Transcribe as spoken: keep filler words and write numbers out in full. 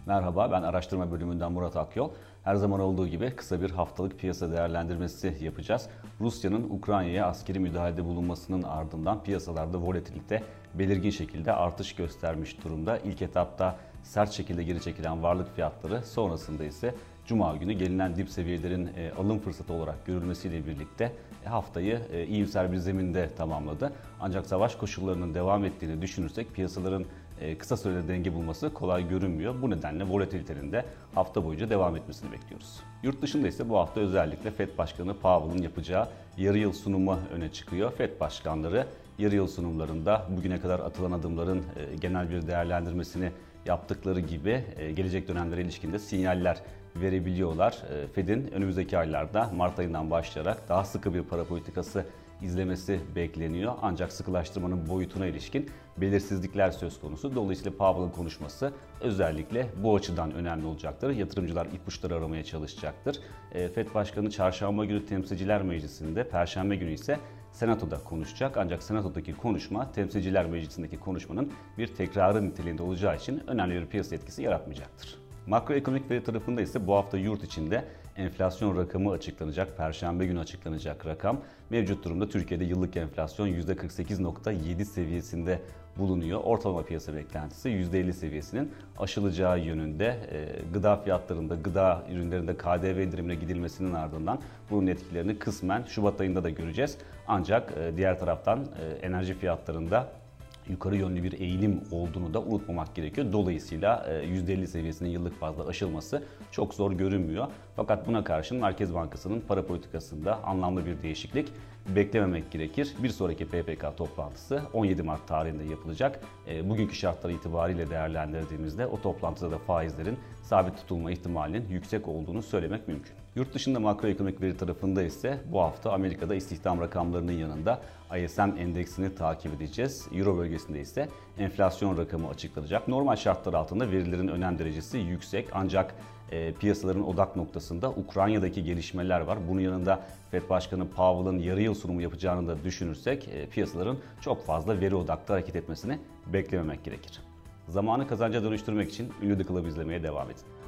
Merhaba, ben araştırma bölümünden Murat Akyol. Her zaman olduğu gibi kısa bir haftalık piyasa değerlendirmesi yapacağız. Rusya'nın Ukrayna'ya askeri müdahalede bulunmasının ardından piyasalarda volatilite belirgin şekilde artış göstermiş durumda. İlk etapta sert şekilde geri çekilen varlık fiyatları, sonrasında ise Cuma günü gelinen dip seviyelerin alım fırsatı olarak görülmesiyle birlikte haftayı iyimser bir zeminde tamamladı. Ancak savaş koşullarının devam ettiğini düşünürsek piyasaların kısa sürede denge bulması kolay görünmüyor. Bu nedenle volatilitenin de hafta boyunca devam etmesini bekliyoruz. Yurt dışında ise bu hafta özellikle Fed Başkanı Powell'ın yapacağı yarı yıl sunumu öne çıkıyor. Fed başkanları yarı yıl sunumlarında bugüne kadar atılan adımların genel bir değerlendirmesini yaptıkları gibi gelecek dönemlere ilişkin de sinyaller verebiliyorlar. Fed'in önümüzdeki aylarda Mart ayından başlayarak daha sıkı bir para politikası izlemesi bekleniyor. Ancak sıkılaştırmanın boyutuna ilişkin belirsizlikler söz konusu. Dolayısıyla Powell'ın konuşması özellikle bu açıdan önemli olacaktır. Yatırımcılar ipuçları aramaya çalışacaktır. Fed Başkanı Çarşamba günü Temsilciler Meclisi'nde, Perşembe günü ise Senato'da konuşacak. Ancak Senato'daki konuşma Temsilciler Meclisi'ndeki konuşmanın bir tekrarı niteliğinde olacağı için önemli bir piyasa etkisi yaratmayacaktır. Makroekonomik veri tarafında ise bu hafta yurt içinde enflasyon rakamı açıklanacak. Perşembe günü açıklanacak rakam. Mevcut durumda Türkiye'de yıllık enflasyon yüzde kırk sekiz nokta yedi seviyesinde bulunuyor. Ortalama piyasa beklentisi yüzde elli seviyesinin aşılacağı yönünde. Gıda fiyatlarında, gıda ürünlerinde K D V indirimine gidilmesinin ardından bunun etkilerini kısmen Şubat ayında da göreceğiz. Ancak diğer taraftan enerji fiyatlarında yukarı yönlü bir eğilim olduğunu da unutmamak gerekiyor. Dolayısıyla yüzde elli seviyesinin yıllık bazda aşılması çok zor görünmüyor. Fakat buna karşın Merkez Bankası'nın para politikasında anlamlı bir değişiklik beklememek gerekir. Bir sonraki P P K toplantısı on yedi Mart tarihinde yapılacak. Bugünkü şartlar itibariyle değerlendirdiğimizde o toplantıda da faizlerin sabit tutulma ihtimalinin yüksek olduğunu söylemek mümkün. Yurt dışında makroekonomik veri tarafında ise bu hafta Amerika'da istihdam rakamlarının yanında I S M endeksini takip edeceğiz. Euro bölgesinde ise enflasyon rakamı açıklanacak. Normal şartlar altında verilerin önem derecesi yüksek, ancak e, piyasaların odak noktasında Ukrayna'daki gelişmeler var. Bunun yanında Fed Başkanı Powell'ın yarı yıl sunumu yapacağını da düşünürsek e, piyasaların çok fazla veri odaklı hareket etmesini beklememek gerekir. Zamanı kazanca dönüştürmek için ünlü The Club izlemeye devam edin.